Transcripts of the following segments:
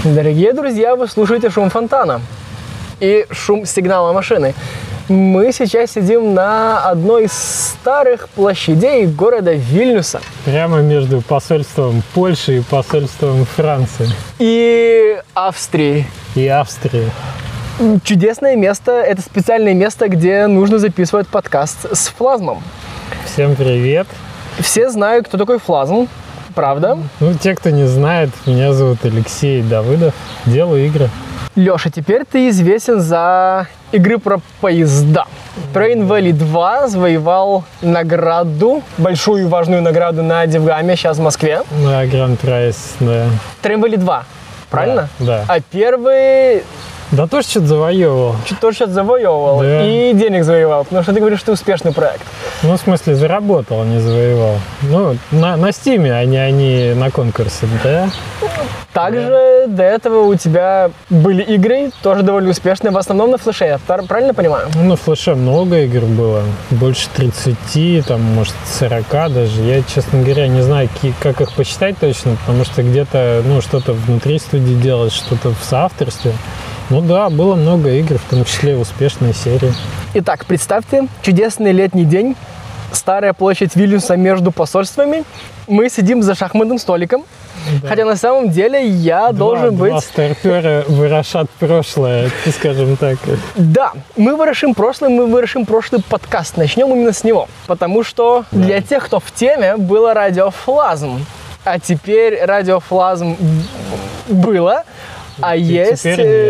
Дорогие друзья, вы слушаете шум фонтана и шум сигнала машины. Мы сейчас сидим на одной из старых площадей города Вильнюса. Прямо между посольством Польши и посольством Франции. И Австрии. И Австрии. Чудесное место. Это специальное место, где нужно записывать подкаст с Флазмом. Всем привет. Все знают, кто такой Флазм. Правда? Ну, те, кто не знает, меня зовут Алексей Давыдов. Делаю игры. Леша, теперь ты известен за игры про поезда. Train Valley 2 завоевал награду, большую и важную награду на Девгаме, сейчас в Москве. На Grand Prize, да. Train Valley 2, правильно? Да. А первый... Да тоже что-то завоевывал. Тоже что-то завоевывал, да. И денег завоевал, потому что ты говоришь, что успешный проект. Ну, в смысле, заработал, а не завоевал. Ну, на Стиме, а не на конкурсе, да? Также до этого у тебя были игры, тоже довольно успешные, в основном на флеше, я правильно понимаю? Ну, на флеше много игр было, больше 30, там, может, 40 даже. Я, честно говоря, не знаю, как их посчитать точно, потому что где-то, ну, что-то внутри студии делать, что-то в соавторстве. Ну да, было много игр, в том числе успешные серии. Итак, представьте, чудесный летний день, старая площадь Вильнюса между посольствами. Мы сидим за шахматным столиком, да. Хотя на самом деле я должен быть... Два старпера ворошат прошлое, скажем так. Да, мы ворошим прошлый подкаст, начнем именно с него. Потому что для тех, кто в теме, было радио Флазм. А теперь радио Флазм было... А есть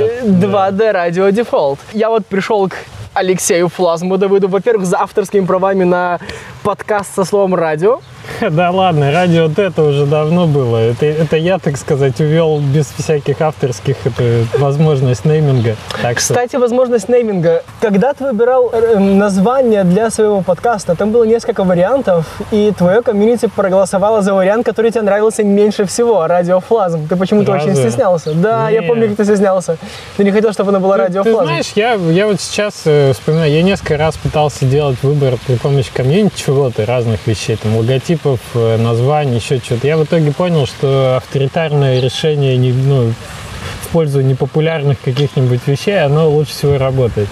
2D радио Дефолт. Я вот пришел к Алексею Флазму Давыду, во-первых, за авторскими правами на подкаст со словом радио. Да ладно, радио это уже давно было. Это я, так сказать, увел без всяких авторских возможность нейминга. Кстати, возможность нейминга. Когда ты выбирал название для своего подкаста, там было несколько вариантов, и твое комьюнити проголосовало за вариант, который тебе нравился меньше всего, радио Флазм. Ты почему-то очень стеснялся. Да, я помню, как ты стеснялся. Ты не хотел, чтобы оно было радио Флазм. Ты знаешь, я вот сейчас вспоминаю, я несколько раз пытался делать выбор при помощи комьюнити чего-то, разных вещей, там, логотипов, названий, еще что-то. Я в итоге понял, что авторитарное решение в пользу непопулярных каких-нибудь вещей, оно лучше всего работает.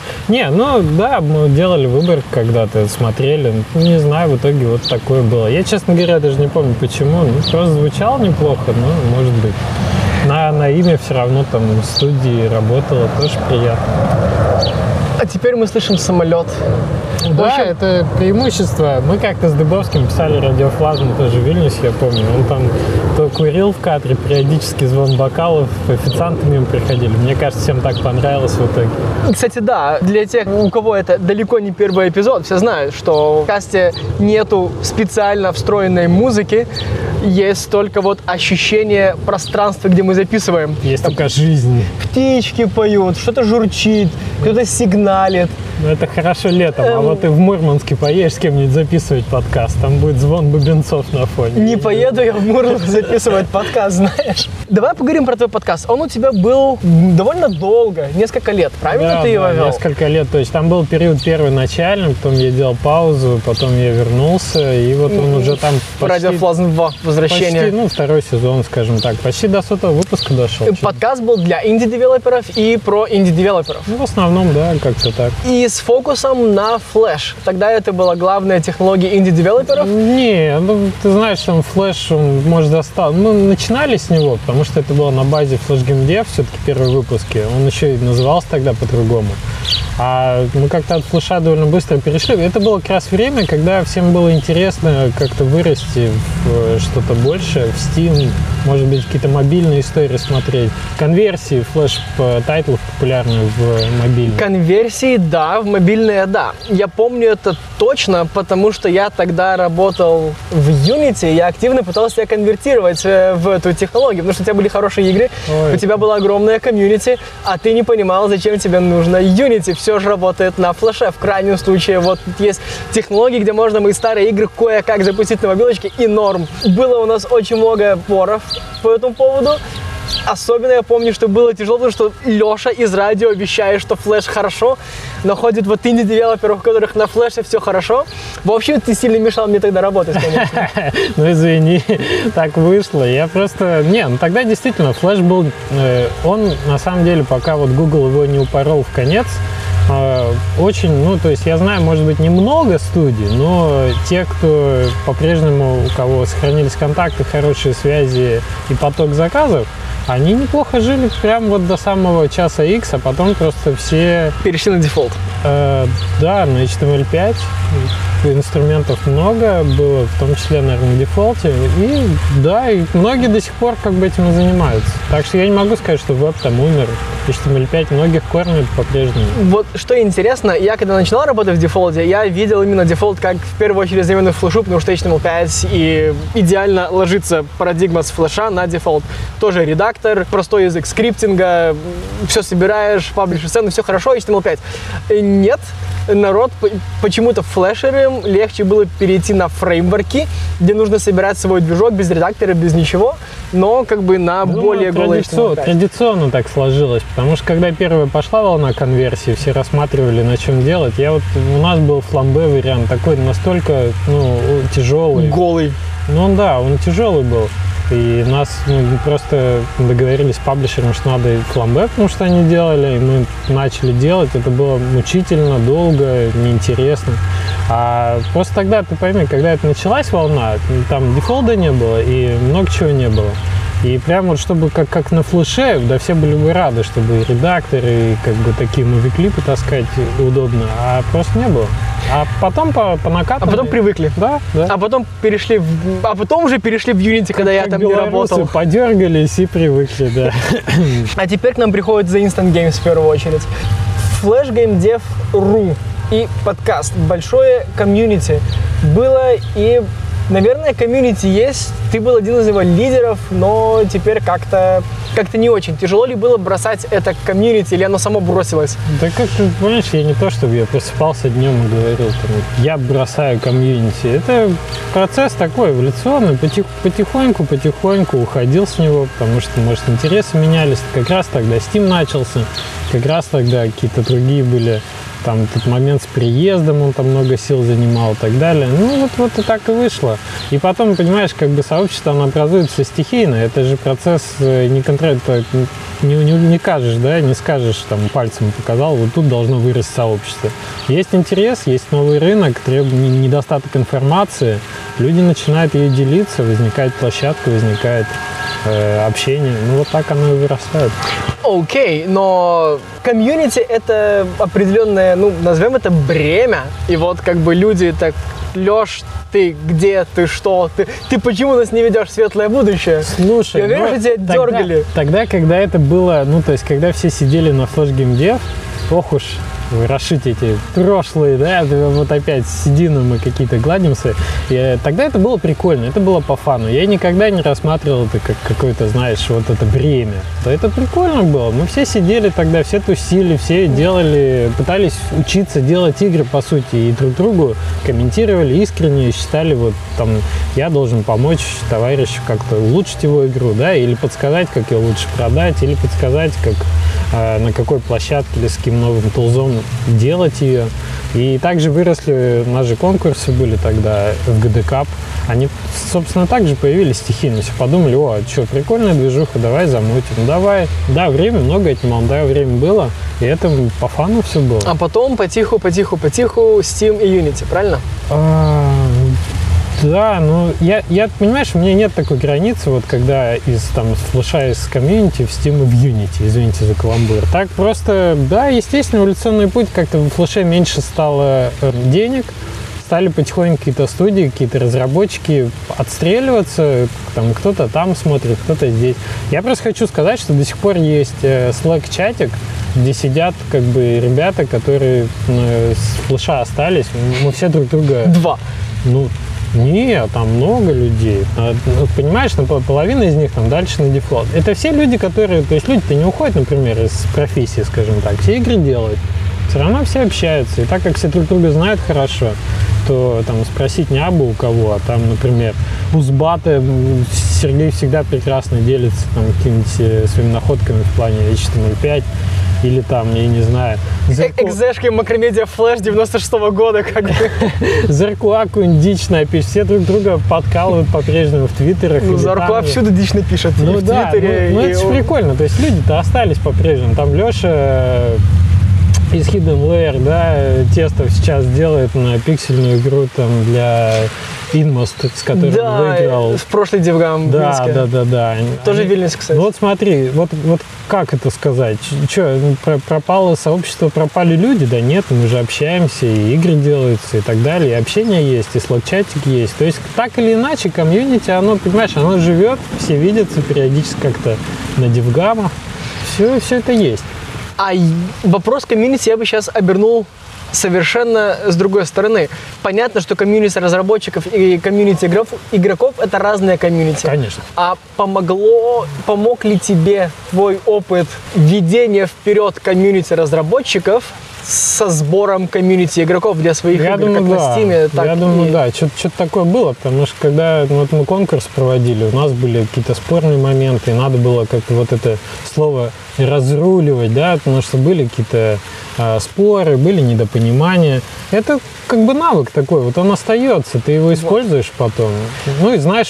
Мы делали выбор когда-то, смотрели. Не знаю, в итоге вот такое было. Я, честно говоря, даже не помню почему. Просто звучало неплохо, может быть. На имя все равно там в студии работало, тоже приятно. А теперь мы слышим самолет. Да, это преимущество. Мы как-то с Дыбовским писали радио Флазм тоже в Вильнюсе, я помню. Он там то курил в кадре, периодически звон бокалов, официанты мимо приходили. Мне кажется, всем так понравилось в итоге. Кстати, да, для тех, у кого это далеко не первый эпизод, все знают, что в касте нету специально встроенной музыки, есть только вот ощущение пространства, где мы записываем. Есть только жизнь. Птички поют, что-то журчит, кто-то сигналит. Это хорошо летом, а вот ты в Мурманске поедешь с кем-нибудь записывать подкаст, там будет звон бубенцов на фоне. Не поеду я в Мурманск записывать подкаст, знаешь. Давай поговорим про твой подкаст. Он у тебя был довольно долго, несколько лет, правильно ты его вел? Несколько лет, то есть там был период первый начальный, потом я делал паузу, потом я вернулся, и вот он уже там почти... Радио Флазм 2, возвращение. Почти, второй сезон, скажем так, почти до 100-го выпуска дошел. Подкаст был для инди-девелоперов и про инди-девелоперов. В основном, да, как-то так. И с фокусом на флеш. Тогда это была главная технология инди-девелоперов? Не, ты знаешь, там флеш, он, может, достал. Мы начинали с него, потому что это было на базе Flash Game Dev, все-таки первые выпуски. Он еще и назывался тогда по-другому. А мы как-то от флеша довольно быстро перешли. Это было как раз время, когда всем было интересно как-то вырасти в что-то большее, в Steam, может быть, какие-то мобильные истории смотреть. Конверсии флеш-тайтлов популярны в мобильные. Конверсии, да, в мобильные, да. Я помню это точно, потому что я тогда работал в Unity, я активно пытался себя конвертировать в эту технологию, потому что у тебя были хорошие игры, у тебя была огромная комьюнити, а ты не понимал, зачем тебе нужно Unity. Все же работает на флеше. В крайнем случае, вот есть технологии, где можно мои старые игры кое-как запустить на мобилочке, и норм. Было у нас очень много поров по этому поводу. Особенно я помню, что было тяжело, потому что Леша из радио вещает, что флеш хорошо, находит вот инди-девелоперов, у которых на флеше все хорошо. В общем, ты сильно мешал мне тогда работать, конечно. Ну, извини, так вышло. Я просто... Не, ну тогда действительно флеш был... Он, на самом деле, пока вот Google его не упорол в конец, очень, ну, то есть я знаю, может быть, немного студий, но те, кто по-прежнему, у кого сохранились контакты, хорошие связи и поток заказов, они неплохо жили прям вот до самого часа X, а потом просто все... Перешли на дефолт. Да, на HTML5 инструментов много было, в том числе, наверное, на дефолте. И да, и многие до сих пор как бы этим и занимаются. Так что я не могу сказать, что веб там умер. HTML5 многих кормит по-прежнему. Вот что интересно, я когда начинал работать в дефолте, я видел именно дефолт как в первую очередь замену флешу, потому что HTML5 и идеально ложится парадигма с флеша на дефолт. Тоже редактор, простой язык скриптинга, все собираешь, паблишишь сцену, все хорошо, HTML5. Нет, народ почему-то флешерам легче было перейти на фреймворки, где нужно собирать свой движок без редактора, без ничего, но как бы на более голый HTML5. Традиционно так сложилось, потому что когда первая пошла волна конверсии, все рассматривали, на чем делать. У нас был фламбе вариант, такой настолько тяжелый. Голый. Ну да, он тяжелый был. И нас просто договорились с паблишером, что надо фламбе, потому что они делали, и мы начали делать. Это было мучительно, долго, неинтересно. А просто тогда, ты пойми, когда это началась волна, там дефолда не было и много чего не было. И прям вот чтобы как на флеше, да, все были бы рады, чтобы и редакторы, и как бы такие муви-клипы таскать удобно, а просто не было. А потом по накатанной... А потом привыкли. Да. А потом уже перешли в Unity, когда я там не работал. Подергались и привыкли, да. А теперь к нам приходит The Instant Games в первую очередь. FlashGameDev.ru и подкаст. Большое комьюнити было, и, наверное, комьюнити есть. Ты был один из его лидеров, но теперь как-то не очень. Тяжело ли было бросать это комьюнити, или оно само бросилось? Да как ты понимаешь, я не то, чтобы я просыпался днем и говорил, я бросаю комьюнити. Это процесс такой эволюционный, потихоньку уходил с него, потому что, может, интересы менялись. Как раз тогда Steam начался, как раз тогда какие-то другие были. Там тот момент с приездом, он там много сил занимал и так далее. Ну, вот и так и вышло. И потом, понимаешь, как бы сообщество, оно образуется стихийно. Это же процесс не не кажешь, да, не скажешь, там, пальцем показал, вот тут должно вырасти сообщество. Есть интерес, есть новый рынок, недостаток информации, люди начинают ее делиться, возникает площадка, возникает общение. Ну, вот так оно и вырастает. Окей, но комьюнити — это определенное, назовем это бремя. И вот как бы люди так: Лёш, ты где, ты что, ты почему нас не ведешь в светлое будущее? Слушай, я уверен, что тебя дергали. Тогда, когда это было, то есть, когда все сидели на FlashGameDev, ох уж, ворошить эти прошлые, да, вот опять сидим мы какие-то гладимся. И тогда это было прикольно, это было по фану. Я никогда не рассматривал это как какое-то, знаешь, вот это бремя. Да, это прикольно было. Мы все сидели тогда, все тусили, все делали, пытались учиться делать игры, по сути, и друг другу комментировали искренне, считали, вот там, я должен помочь товарищу как-то улучшить его игру, да, или подсказать, как ее лучше продать, или подсказать, как на какой площадке или с каким новым тулзом делать ее. И также выросли, у нас же конкурсы были тогда в GD Cup. Они, собственно, также появились стихийно. Все подумали: о, что, прикольная движуха, давай замутим. Давай. Да, время много отнимал, да, время было. И это по фану все было. А потом потиху Steam и Unity, правильно? Да, я, понимаешь, у меня нет такой границы, вот когда из флеша, из комьюнити в Steam и в Unity, извините за каламбур. Так просто, да, естественно, эволюционный путь, как-то в флеше меньше стало денег, стали потихоньку какие-то студии, какие-то разработчики отстреливаться, там кто-то там смотрит, кто-то здесь. Я просто хочу сказать, что до сих пор есть Slack-чатик, где сидят как бы ребята, которые с флеша остались, мы все друг друга... Два. Нет, там много людей. Понимаешь, половина из них там дальше на дефолт. Это все люди, которые... То есть люди-то не уходят, например, из профессии, скажем так. Все игры делают. Все равно все общаются. И так как все друг друга знают хорошо, то там спросить не абы у кого, а там, например, у Сбата Сергей всегда прекрасно делится там какими-нибудь своими находками в плане HTML5 или там, я не знаю... Экзешки Macromedia Flash 96-го года, как бы. Заркуа какую-нибудь дичь напишет. Все друг друга подкалывают по-прежнему в твиттерах. Ну, Заркуа всюду дичь напишет. Ну, и в да, Твиттере. ну это же прикольно. То есть люди-то остались по-прежнему. Там Леша из Hidden Layer, да, Тестов сейчас делает на пиксельную игру там для Inmost, с которой он выиграл. в прошлый DevGam в Минске. Да. Тоже в Вильнюсе, кстати. Ну вот смотри, вот как это сказать? Че, пропало сообщество, пропали люди? Да нет, мы же общаемся, и игры делаются, и так далее, и общение есть, и слэк-чатик есть. То есть так или иначе комьюнити, оно, понимаешь, оно живет, все видятся периодически как-то на DevGam'ах. Все это есть. А вопрос комьюнити я бы сейчас обернул совершенно с другой стороны. Понятно, что комьюнити разработчиков и комьюнити игроков – это разные комьюнити. Конечно. А помог ли тебе твой опыт введения вперед комьюнити разработчиков со сбором комьюнити игроков для своих игр, думаю, как да. на Steam, так Я думаю, да, что-то такое было, потому что когда мы конкурс проводили, у нас были какие-то спорные моменты, и надо было как-то вот это слово разруливать, да, потому что были какие-то споры, были недопонимания. Это как бы навык такой, вот он остается, ты его используешь потом. Ну и знаешь,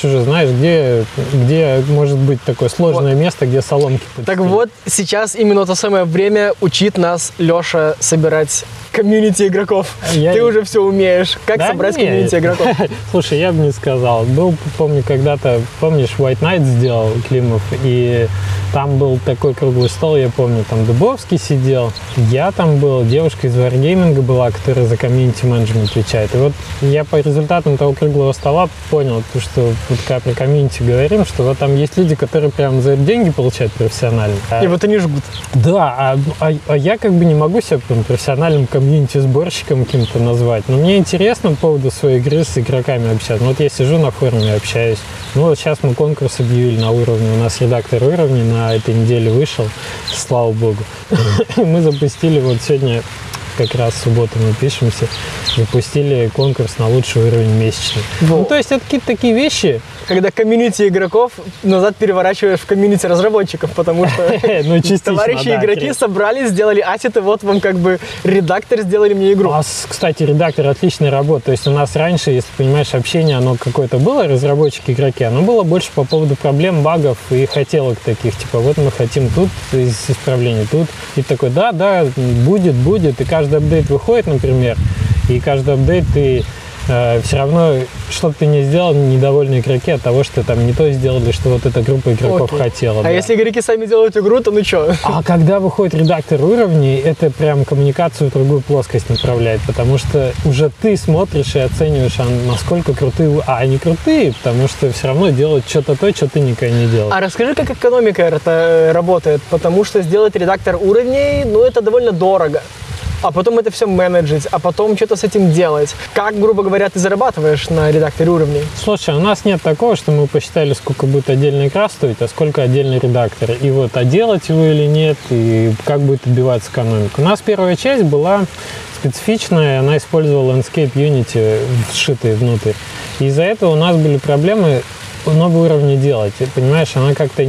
где может быть такое сложное место, где соломки подстелить. Так вот, сейчас именно то самое время учит нас Леша собирать комьюнити игроков. Ты уже все умеешь. Как собрать комьюнити игроков? Слушай, я бы не сказал. Помню, когда-то, помнишь, White Knight сделал Климов, и там был такой круглый стол, я помню, там Дубовский сидел, я там был, девушка из Wargaming была, которая за комьюнити менеджмент отвечает. И вот я по результатам того круглого стола понял, что вот когда про комьюнити говорим, что вот там есть люди, которые прям за это деньги получают профессионально. И вот они жгут. Да, а я как бы не могу себя прям профессиональным комьюнити-сборщиком каким-то назвать. Но мне интересно по поводу своей игры с игроками общаться. Ну, вот я сижу на форуме, общаюсь. Ну вот сейчас мы конкурс объявили на уровне. У нас редактор уровней на этой неделе вышел, слава богу. Мы запустили вот сегодня, как раз в субботу мы пишемся, запустили конкурс на лучший уровень месячный. Ну, то есть это какие-то такие вещи. Когда комьюнити игроков назад переворачиваешь в комьюнити разработчиков, потому что товарищи игроки собрались, сделали ассеты, вот вам как бы редактор, сделали мне игру. Кстати, редактор отличная работа. То есть у нас раньше, если понимаешь, общение, оно какое-то было, разработчики-игроки, оно было больше по поводу проблем, багов и хотелок таких, типа вот мы хотим тут исправление, тут. И такой, да, будет. И каждый апдейт выходит, например, и каждый апдейт ты все равно что-то ты не сделал, недовольны игроки от того, что там не то сделали, что вот эта группа игроков хотела. А если игроки сами делают игру, то ну что? А когда выходит редактор уровней, это прям коммуникацию в другую плоскость направляет, потому что уже ты смотришь и оцениваешь, насколько крутые, они крутые, потому что все равно делают что-то то, что ты никогда не делал. А расскажи, как экономика это работает, потому что сделать редактор уровней, ну это довольно дорого. А потом это все менеджить, а потом что-то с этим делать. Как, грубо говоря, ты зарабатываешь на редакторе уровней? Слушай, у нас нет такого, что мы посчитали, сколько будет отдельная игра стоить, а сколько отдельный редактор. И вот, а делать его или нет, и как будет отбиваться экономика. У нас первая часть была специфичная, она использовала Landscape Unity, вшитые внутрь. И из-за этого у нас были проблемы много уровней делать. И, понимаешь, она как-то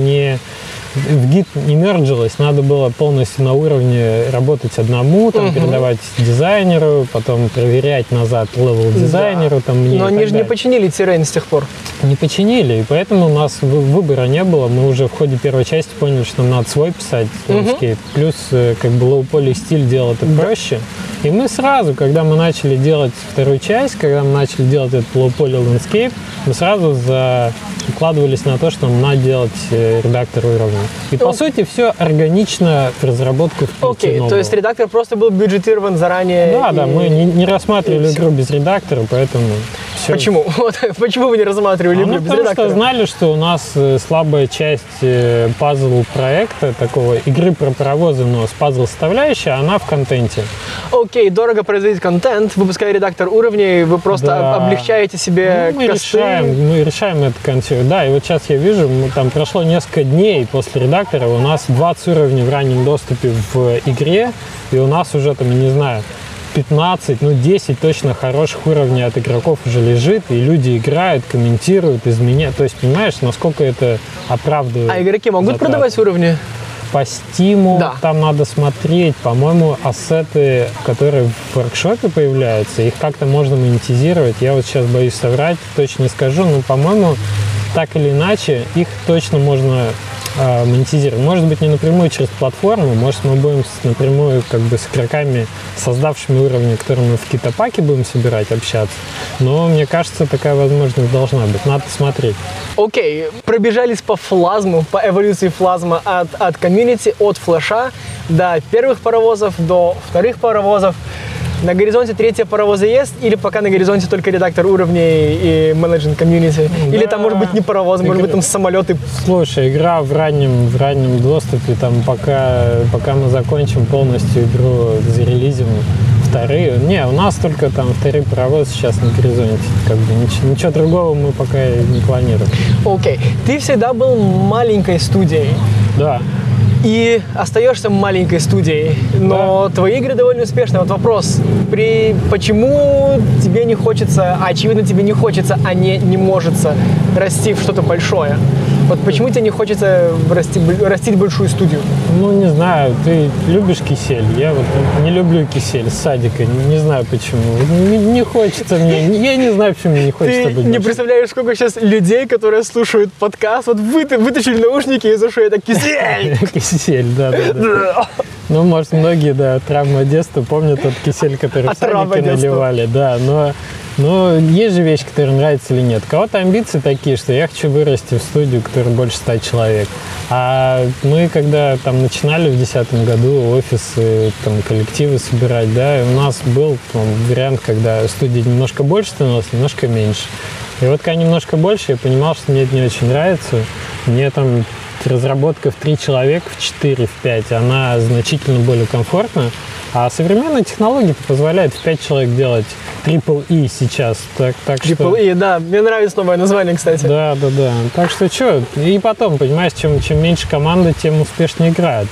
в гид не мерджилась, надо было полностью на уровне работать одному, там, передавать дизайнеру, потом проверять назад левел дизайнеру. Там, мне. Но они же не починили Terrain с тех пор. Не починили, и поэтому у нас выбора не было. Мы уже в ходе первой части поняли, что нам надо свой писать landscape. Плюс как бы low-poly стиль делал это проще. И мы сразу, когда мы начали делать вторую часть, когда мы начали делать этот low-poly landscape, мы сразу укладывались на то, что нам надо делать редактор уровня. И по сути все органично в разработку вплетено. То есть редактор просто был бюджетирован заранее? Да, мы не рассматривали игру без редактора, поэтому все. Почему? Почему вы не рассматривали игру без редактора? Потому что знали, что у нас слабая часть пазл-проекта, такого игры про паровозы, но с пазл-составляющей, она в контенте. Окей, дорого производить контент, выпуская редактор уровней, вы просто облегчаете себе косты. Мы решаем это контент. Да, и вот сейчас я вижу, там прошло несколько дней после редактора, у нас 20 уровней в раннем доступе в игре, и у нас уже там, не знаю, 15, 10 точно хороших уровней от игроков уже лежит, и люди играют, комментируют, изменяют. То есть, понимаешь, насколько это оправдывает. А игроки могут продавать уровни? По Steam там надо смотреть. По-моему, ассеты, которые в воркшопе появляются, их как-то можно монетизировать. Я вот сейчас боюсь соврать, точно не скажу, но, по-моему, так или иначе, их точно можно монетизировать. Может быть, не напрямую через платформу, может, мы будем напрямую как бы с игроками, создавшими уровни, которые мы в Китапаке будем собирать, общаться. Но мне кажется, такая возможность должна быть. Надо смотреть. Окей, пробежались по флазму, по эволюции флазма от комьюнити, от флэша до первых паровозов, до вторых паровозов. На горизонте третье паровоза есть, или пока на горизонте только редактор уровней и менеджмент комьюнити? Да. Или там может быть не паровоз, может быть там самолеты? Слушай, игра в раннем доступе, там пока мы закончим полностью игру, зарелизим вторые. Не, у нас только там вторые паровозы сейчас на горизонте. Как бы ничего другого мы пока не планируем. Окей. Ты всегда был маленькой студией. Да. И остаешься маленькой студией, но твои игры довольно успешны. Вот вопрос, почему тебе не хочется, очевидно тебе не хочется, а не может расти в что-то большое? Вот почему тебе не хочется растить большую студию? Ну, не знаю, ты любишь кисель? Я вот не люблю кисель с садика, не знаю почему. Не хочется мне, я не знаю, почему мне не хочется быть. Ты не представляешь, сколько сейчас людей, которые слушают подкаст, вот вытащили наушники из ушей, это кисель! Кисель, да. Ну, может, многие, травма детства помнят тот кисель, который в садике наливали, да, но есть же вещи, которые нравятся или нет. У кого-то амбиции такие, что я хочу вырасти в студию, которая больше 100 человек. А мы, когда там начинали в 2010 году офисы, там, коллективы собирать, да, и у нас был вариант, когда студия немножко больше становилась, немножко меньше. И вот когда немножко больше, я понимал, что мне это не очень нравится. Мне там разработка в 3 человека, в 4, в 5, она значительно более комфортна. А современные технологии позволяют в 5 человек делать Triple-E сейчас. Так Triple-E, да. Мне нравится новое название, кстати. Да. Так что что? И потом, понимаешь, чем меньше команды, тем успешнее играют.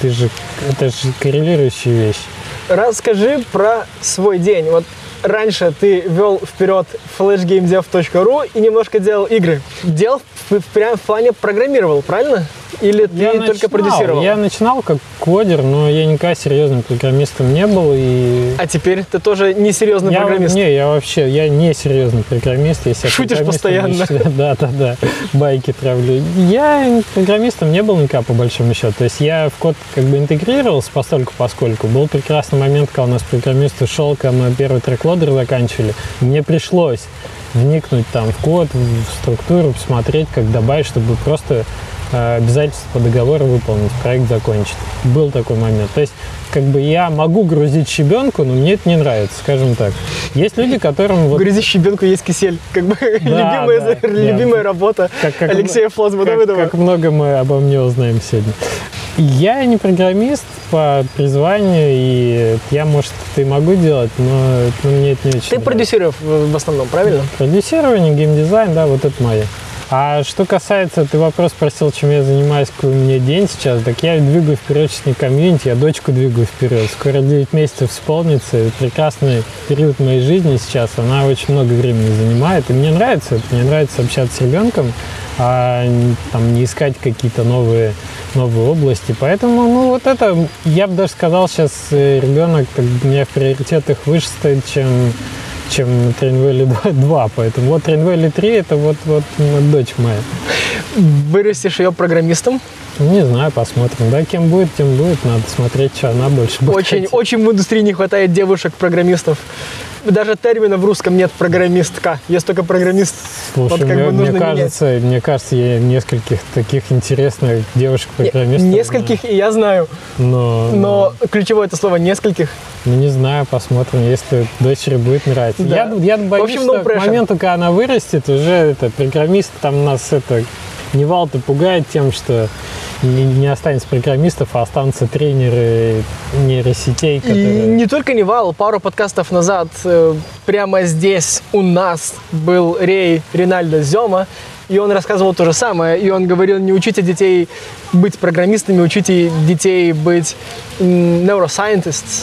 Это же коррелирующая вещь. Расскажи про свой день. Вот раньше ты вел вперед flashgamedev.ru и немножко делал игры. Делал прям в плане программировал, правильно? Или ты только продюсировал? Я начинал как кодер, но я никогда серьезным программистом не был. А теперь ты тоже не серьезный программист? Я не серьезный программист. Шутишь постоянно? Да, байки травлю. Я программистом не был никогда, по большому счету. То есть я в код как бы интегрировался постольку-поскольку. Был прекрасный момент, когда у нас программист ушел, когда мы первый трек-лодер заканчивали. Мне пришлось вникнуть там в код, в структуру, посмотреть, как добавить, чтобы просто обязательства по договору выполнить, проект закончить. Был такой момент. То есть, как бы я могу грузить щебенку, но мне это не нравится, скажем так. Есть люди, которым... Грузить щебенку есть кисель. Как бы любимая работа Алексея Флазма Давыдова. Как много мы обо мне узнаем сегодня. Я не программист по призванию, и я, может, это и могу делать, но мне это не очень Ты продюсируешь в основном, правильно? Продюсирование, геймдизайн, да, вот это мое. А что касается, ты вопрос спросил, чем я занимаюсь, какой у меня день сейчас, так я двигаю вперед сейчас не комьюнити, я дочку двигаю вперед. Скоро 9 месяцев исполнится, это прекрасный период моей жизни сейчас, она очень много времени занимает, и мне нравится это, мне нравится общаться с ребенком, а там не искать какие-то новые области. Поэтому, вот это, я бы даже сказал, сейчас ребенок у меня в приоритетах выше стоит, чем Train Valley 2, поэтому вот Train Valley 3 это вот дочь моя. Вырастешь ее программистом? Не знаю, посмотрим. Да, кем будет, тем будет. Надо смотреть, что она больше будет. Очень в индустрии не хватает девушек-программистов. Даже термина в русском нет программистка. Есть только программист. Слушай, мне кажется, я нескольких таких интересных девушек-программистов. Нескольких, и я знаю. Но ключевое это слово «нескольких». Не знаю, посмотрим, если дочери будет нравиться. Да. Я боюсь, что к моменту, когда она вырастет, уже программист там нас Невал-то пугает тем, что не останется программистов, а останутся тренеры нейросетей, которые... И не только Невал, пару подкастов назад прямо здесь у нас был Ринальдо Зема, и он рассказывал то же самое, и он говорил, не учите детей быть программистами, учите детей быть neuroscientists,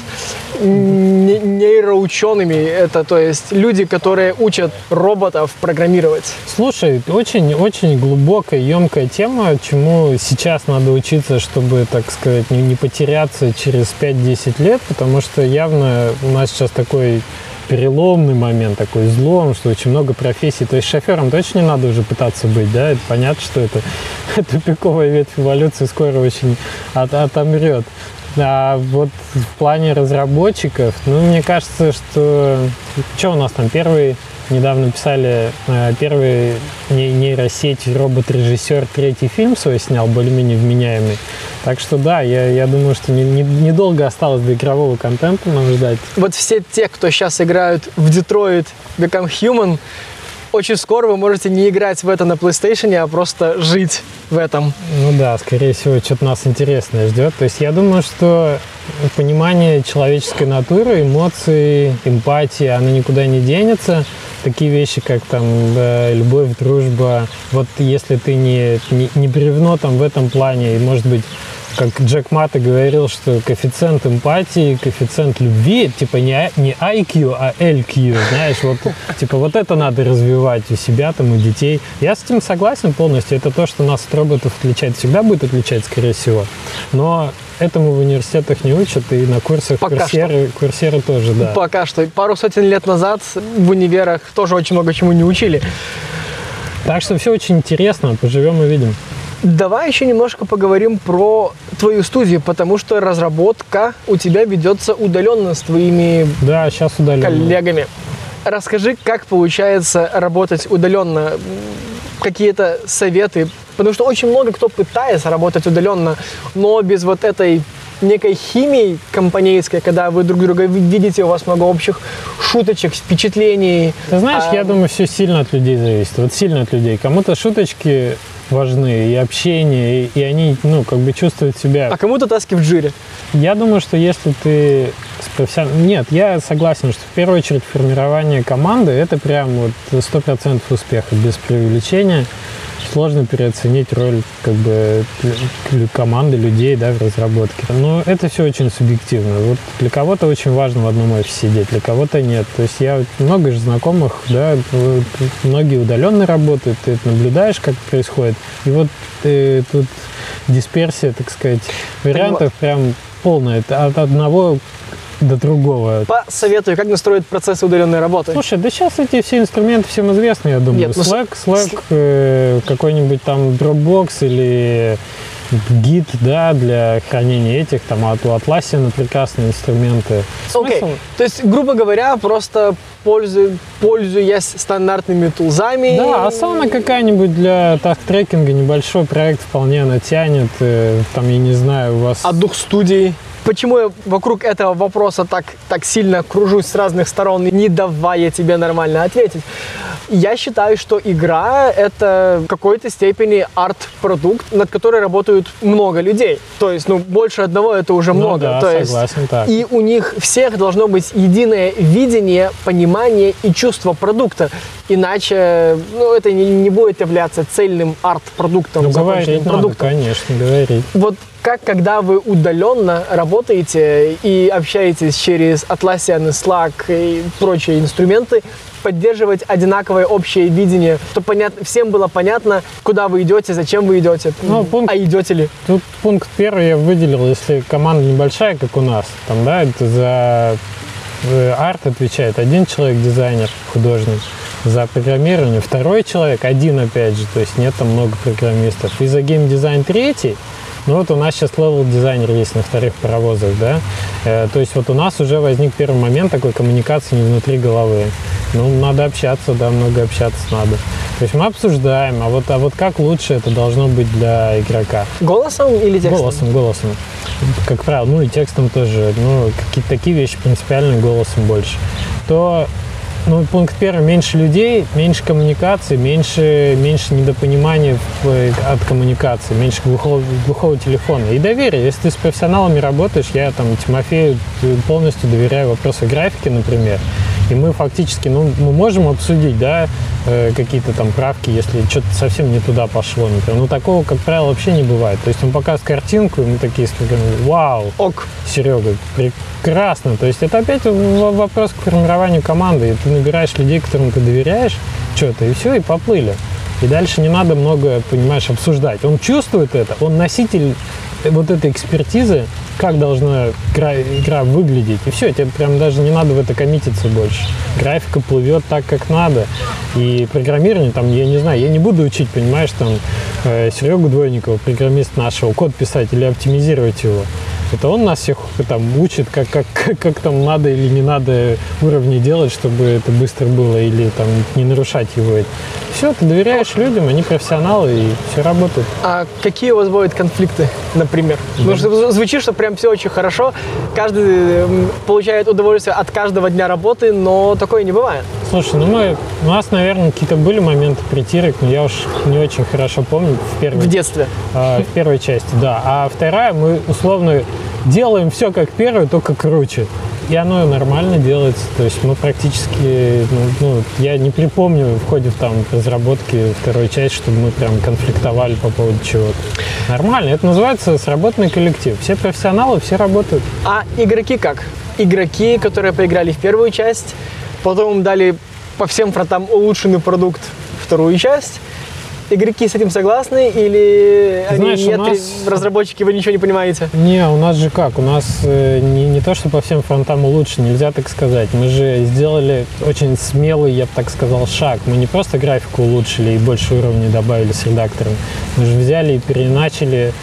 нейроучеными, это то есть люди, которые учат роботов программировать. Слушай, очень глубокая, емкая тема, чему сейчас надо учиться, чтобы, так сказать, не потеряться через 5-10 лет, потому что явно у нас сейчас такой переломный момент, такой излом, что очень много профессий. То есть шофером точно не надо уже пытаться быть, да? Это понятно, что это тупиковая ветвь эволюции скоро очень отомрет. А вот в плане разработчиков, мне кажется, что у нас там недавно писали, первый нейросеть, робот-режиссер третий фильм свой снял, более-менее вменяемый. Так что да, я думаю, что недолго осталось до игрового контента нам ждать. Вот все те, кто сейчас играют в Detroit Become Human, очень скоро вы можете не играть в это на PlayStation, а просто жить в этом. Ну да, скорее всего, что-то нас интересное ждет. То есть я думаю, что понимание человеческой натуры, эмоций, эмпатии, оно никуда не денется. Такие вещи, как там любовь, дружба. Вот если ты не бревно там в этом плане, и может быть, как Джек Мата говорил, что коэффициент эмпатии, коэффициент любви, типа не IQ, а LQ, знаешь, вот это надо развивать у себя, там, у детей. Я с этим согласен полностью. Это то, что нас от роботов отличает, всегда будет отличать, скорее всего. Но этому в университетах не учат, и на курсах курсеры тоже, да. Пока что. Пару сотен лет назад в универах тоже очень много чему не учили. Так что все очень интересно, поживем и видим. Давай еще немножко поговорим про твою студию, потому что разработка у тебя ведется удаленно с твоими сейчас удаленно. Коллегами. Расскажи, как получается работать удаленно, какие-то советы, потому что очень много кто пытается работать удаленно, но без вот этой некой химии компанейской, когда вы друг друга видите, у вас много общих шуточек, впечатлений. Ты знаешь, я думаю, все сильно от людей зависит. Вот сильно от людей. Кому-то шуточки важны, и общение, и они, чувствуют себя. А кому-то таски в жире. Я думаю, что если ты Нет, я согласен, что в первую очередь формирование команды – это прям 100% успеха, без преувеличения. Сложно переоценить роль команды, людей, в разработке. Но это все очень субъективно. Вот для кого-то очень важно в одном офисе сидеть, для кого-то нет. То есть я много же знакомых, многие удаленно работают, ты это наблюдаешь, как происходит. И вот тут дисперсия, так сказать, вариантов прям полная. От одного до другого. Посоветую, как настроить процессы удаленной работы. Слушай, да сейчас эти все инструменты всем известны, я думаю. Нет, Slack, какой-нибудь там Dropbox или Git, для хранения этих, там от Atlassian прекрасные инструменты. Окей. То есть, грубо говоря, просто пользуясь стандартными тулзами. Да, Asana какая-нибудь для таск-трекинга, небольшой проект вполне натянет. Там, я не знаю, у вас... А дух студии? Почему я вокруг этого вопроса так сильно кружусь с разных сторон, не давая тебе нормально ответить? Я считаю, что игра – это в какой-то степени арт-продукт, над которым работают много людей. То есть, больше одного – это уже много. Да, согласен, так. И у них всех должно быть единое видение, понимание и чувство продукта. Иначе это не будет являться цельным арт-продуктом, законченным продуктом. Надо, конечно, говорить. Вот когда вы удаленно работаете и общаетесь через Atlassian, Slack и прочие инструменты, поддерживать одинаковое общее видение, чтобы всем было понятно, куда вы идете, зачем вы идете, идете ли. Тут пункт первый я выделил, если команда небольшая, как у нас, это за арт отвечает один человек, дизайнер, художник, за программирование второй человек, один опять же, то есть нет там много программистов, и за геймдизайн третий. У нас сейчас левел-дизайнер есть на вторых паровозах, то есть у нас уже возник первый момент такой коммуникации не внутри головы. Надо общаться, много общаться надо. То есть мы обсуждаем, а вот как лучше это должно быть для игрока? Голосом или текстом? Голосом. Как правило, и текстом тоже. Какие-то такие вещи принципиальные, голосом больше. Пункт первый, меньше людей, меньше коммуникации, меньше недопонимания от коммуникации, меньше глухого телефона и доверия. Если ты с профессионалами работаешь, я Тимофею полностью доверяю вопросы графики, например, И мы фактически, мы можем обсудить, да, какие-то там правки, если что-то совсем не туда пошло, например. Но такого, как правило, вообще не бывает. То есть он показывает картинку, и мы такие вау, Ок. Серега, прекрасно. То есть это опять вопрос к формированию команды. И ты набираешь людей, которым ты доверяешь, что-то, и все, и поплыли. И дальше не надо много, понимаешь, обсуждать. Он чувствует это, он носитель вот этой экспертизы, как должна игра выглядеть. И все, тебе прям даже не надо в это коммититься больше. Графика плывет так, как надо. И программирование, там, я не знаю, я не буду учить, понимаешь, там, Серегу Двойникова, программист нашего, код писать или оптимизировать его. Это он нас всех там учит, как там надо или не надо уровни делать, чтобы это быстро было, или там не нарушать его. Все, ты доверяешь людям, они профессионалы, и все работает. А какие у вас бывают конфликты, например? Потому что звучит, что прям все очень хорошо, каждый получает удовольствие от каждого дня работы, но такое не бывает. Слушай, у нас, наверное, какие-то были моменты притирок, но я уж не очень хорошо помню. В детстве? В первой части, да. А вторая, мы условно делаем все как первое, только круче. И оно нормально делается. То есть мы практически, я не припомню в ходе там разработки второй части, чтобы мы прям конфликтовали по поводу чего-то. Нормально. Это называется сработанный коллектив. Все профессионалы, все работают. А игроки как? Игроки, которые поиграли в первую часть, потом дали по всем фронтам улучшенный продукт вторую часть. Игроки с этим согласны или знаешь, они нет, разработчики, вы ничего не понимаете? Не, у нас же как? У нас не то, что по всем фронтам улучшено, нельзя так сказать. Мы же сделали очень смелый, я бы так сказал, шаг. Мы не просто графику улучшили и больше уровней добавили с редактором. Мы же взяли и переначали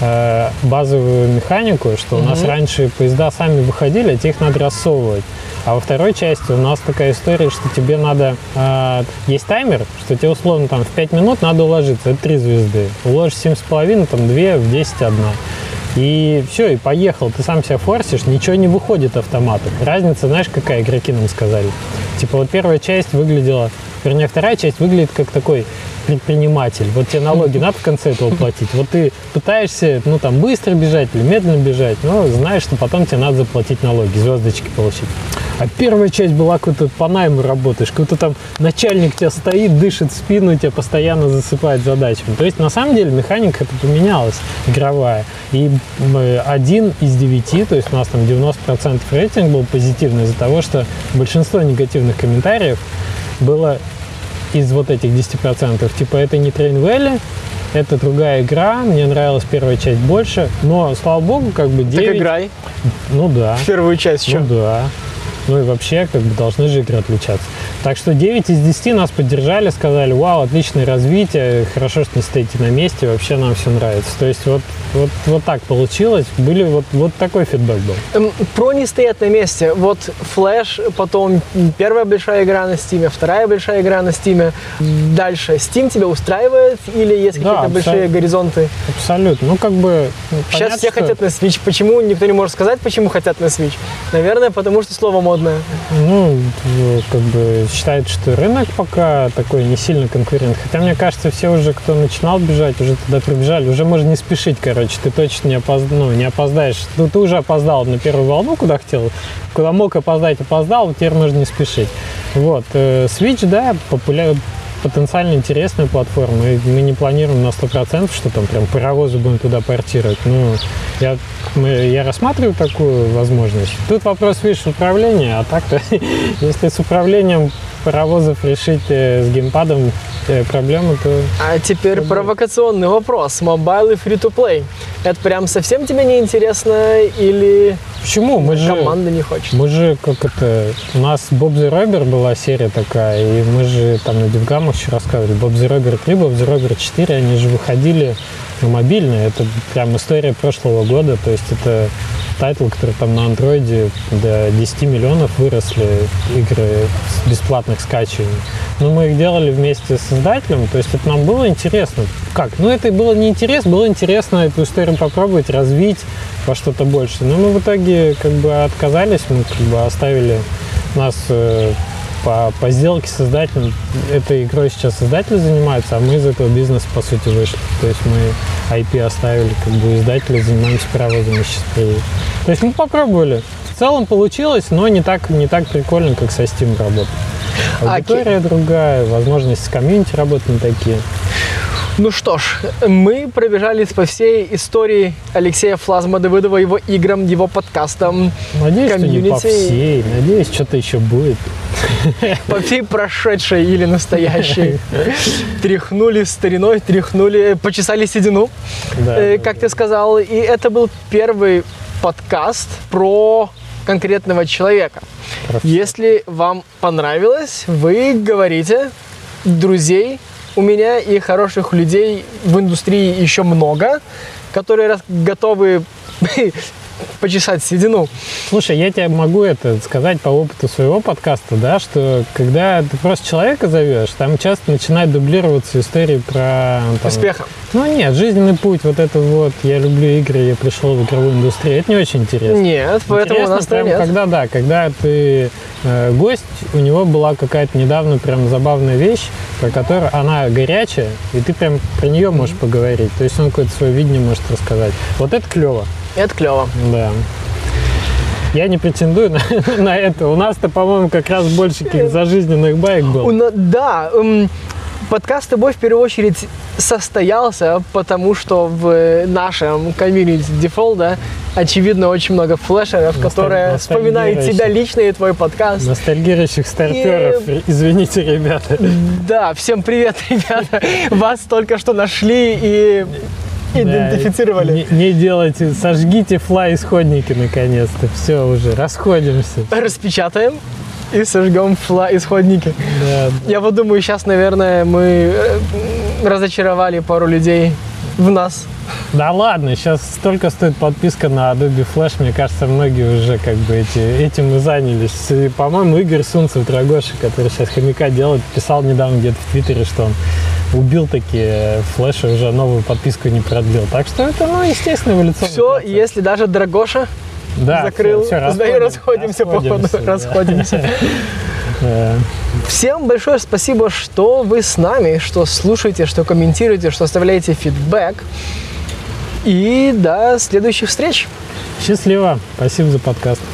базовую механику, что у нас раньше поезда сами выходили, а те их надо рассовывать. А во второй части у нас такая история, что тебе надо... есть таймер, что тебе условно там в 5 минут надо уложиться. Это 3 звезды. Уложишь 7,5, там 2, в 10 одна. И все, и поехал. Ты сам себя форсишь, ничего не выходит автоматом. Разница, знаешь, какая, игроки нам сказали? Типа вот первая часть выглядела... Вернее, вторая часть выглядит как такой предприниматель. Вот тебе налоги надо в конце этого платить. Вот ты пытаешься, там, быстро бежать или медленно бежать, но знаешь, что потом тебе надо заплатить налоги, звездочки получить. А первая часть была какой-то по найму работаешь, какой-то там начальник тебя стоит, дышит в спину, тебя постоянно засыпает задачами. То есть, на самом деле, механика это поменялась, игровая. И 1 из 9, то есть у нас там 90% рейтинг был позитивный из-за того, что большинство негативных комментариев было из вот этих 10%. Типа, это не Train Valley, это другая игра, мне нравилась первая часть больше, но, слава богу, как бы 9... Так играй. Ну да. В первую часть что? Ну да. Ну и вообще, как бы, должны же игры отличаться. Так что 9 из 10 нас поддержали, сказали, вау, отличное развитие, хорошо, что не стоите на месте, вообще нам все нравится. То есть вот так получилось, вот такой фидбэк был. Про не стоят на месте. Вот Flash, потом первая большая игра на Steam, вторая большая игра на Steam. Дальше Steam тебя устраивает или есть какие-то большие горизонты? Абсолютно. Ну, как бы... Сейчас понятно, все хотят на Switch. Почему? Никто не может сказать, почему хотят на Switch. Наверное, потому что слово модное. Ну, как бы считают, что рынок пока такой не сильно конкурент. Хотя, мне кажется, все уже, кто начинал бежать, уже туда прибежали. Уже можно не спешить, короче. Ты точно не опоздаешь. Ну, ты уже опоздал на первую волну, куда хотел. Куда мог опоздать, опоздал. Теперь можно не спешить. Вот. Switch, да, потенциально интересная платформа. И мы не планируем на 100%, что там прям паровозы будем туда портировать. Ну, я рассматриваю такую возможность. Тут вопрос, видишь, управления, а так-то, если с управлением паровозов решить с геймпадом проблему, то... А теперь провокационный вопрос. Мобайл и фри-то-плей. Это прям совсем тебе не интересно или... Почему? Команда не хочет. Мы же, у нас Bob the Robber была серия такая, и мы же там на Дивгамах еще рассказывали. Bob the Robber 3, Bob the Robber 4, они же выходили на мобильные. Это прям история прошлого года, то есть это тайтл, который там на андроиде до 10 миллионов выросли, игры с бесплатных скачиваний. Но мы их делали вместе с издателем, то есть это нам было интересно. Это было не интересно, было интересно эту историю попробовать, развить во что-то больше. Но мы в итоге отказались, мы оставили нас по сделке с издателем. Этой игрой сейчас издатель занимается, а мы из этого бизнеса, по сути, вышли. То есть мы IP оставили, издатели занимаемся паровозами сейчас. То есть мы попробовали. В целом получилось, но не так прикольно, как со Steam работать. Аудитория другая, возможности с комьюнити работать не такие. Ну что ж, мы пробежались по всей истории Алексея Флазма Давыдова, его играм, его подкастам, надеюсь, комьюнити. Что не по всей, надеюсь, что-то еще будет. По всей прошедшей или настоящей. Тряхнули стариной, почесали седину, как ты сказал. И это был первый подкаст про конкретного человека. Если вам понравилось, вы говорите, друзей у меня и хороших людей в индустрии еще много, которые готовы почесать седину. Слушай, я тебе могу это сказать по опыту своего подкаста, да, что когда ты просто человека зовешь, там часто начинает дублироваться истории про... Успеха. Ну нет, жизненный путь, вот это вот, я люблю игры, я пришел в игровую индустрию, это не очень интересно. Нет, поэтому у нас прям, нет. Когда ты гость, у него была какая-то недавно прям забавная вещь, про которую она горячая, и ты прям про нее можешь поговорить, то есть он какое-то свое видение может рассказать. Вот это клево. Это клево. Да. Я не претендую на это. У нас-то, по-моему, как раз больше каких-то зажизненных баек было. Да. Подкаст с тобой в первую очередь состоялся, потому что в нашем комьюнити Default, да, очевидно, очень много флешеров, которые вспоминают тебя лично и твой подкаст. Ностальгирующих старперов. Извините, ребята. Да, всем привет, ребята. Вас только что нашли и идентифицировали. Не делайте, сожгите исходники наконец-то. Все уже, расходимся. Распечатаем и сожгем исходники. Да. Я вот думаю, сейчас, наверное, мы разочаровали пару людей в нас. Да ладно, сейчас столько стоит подписка на Adobe Flash, мне кажется, многие уже как бы этим и занялись. И, по-моему, Игорь Сунцев, Драгоша, который сейчас хомяка делает, писал недавно где-то в Твиттере, что он убил такие флеши, уже новую подписку не продлил. Так что это, естественно, эволюционный Все, процесс. если даже Драгоша закрыл, расходимся, походу, расходимся. Всем большое спасибо, что вы с нами, что слушаете, что комментируете, что оставляете фидбэк. И до следующих встреч. Счастливо. Спасибо за подкаст.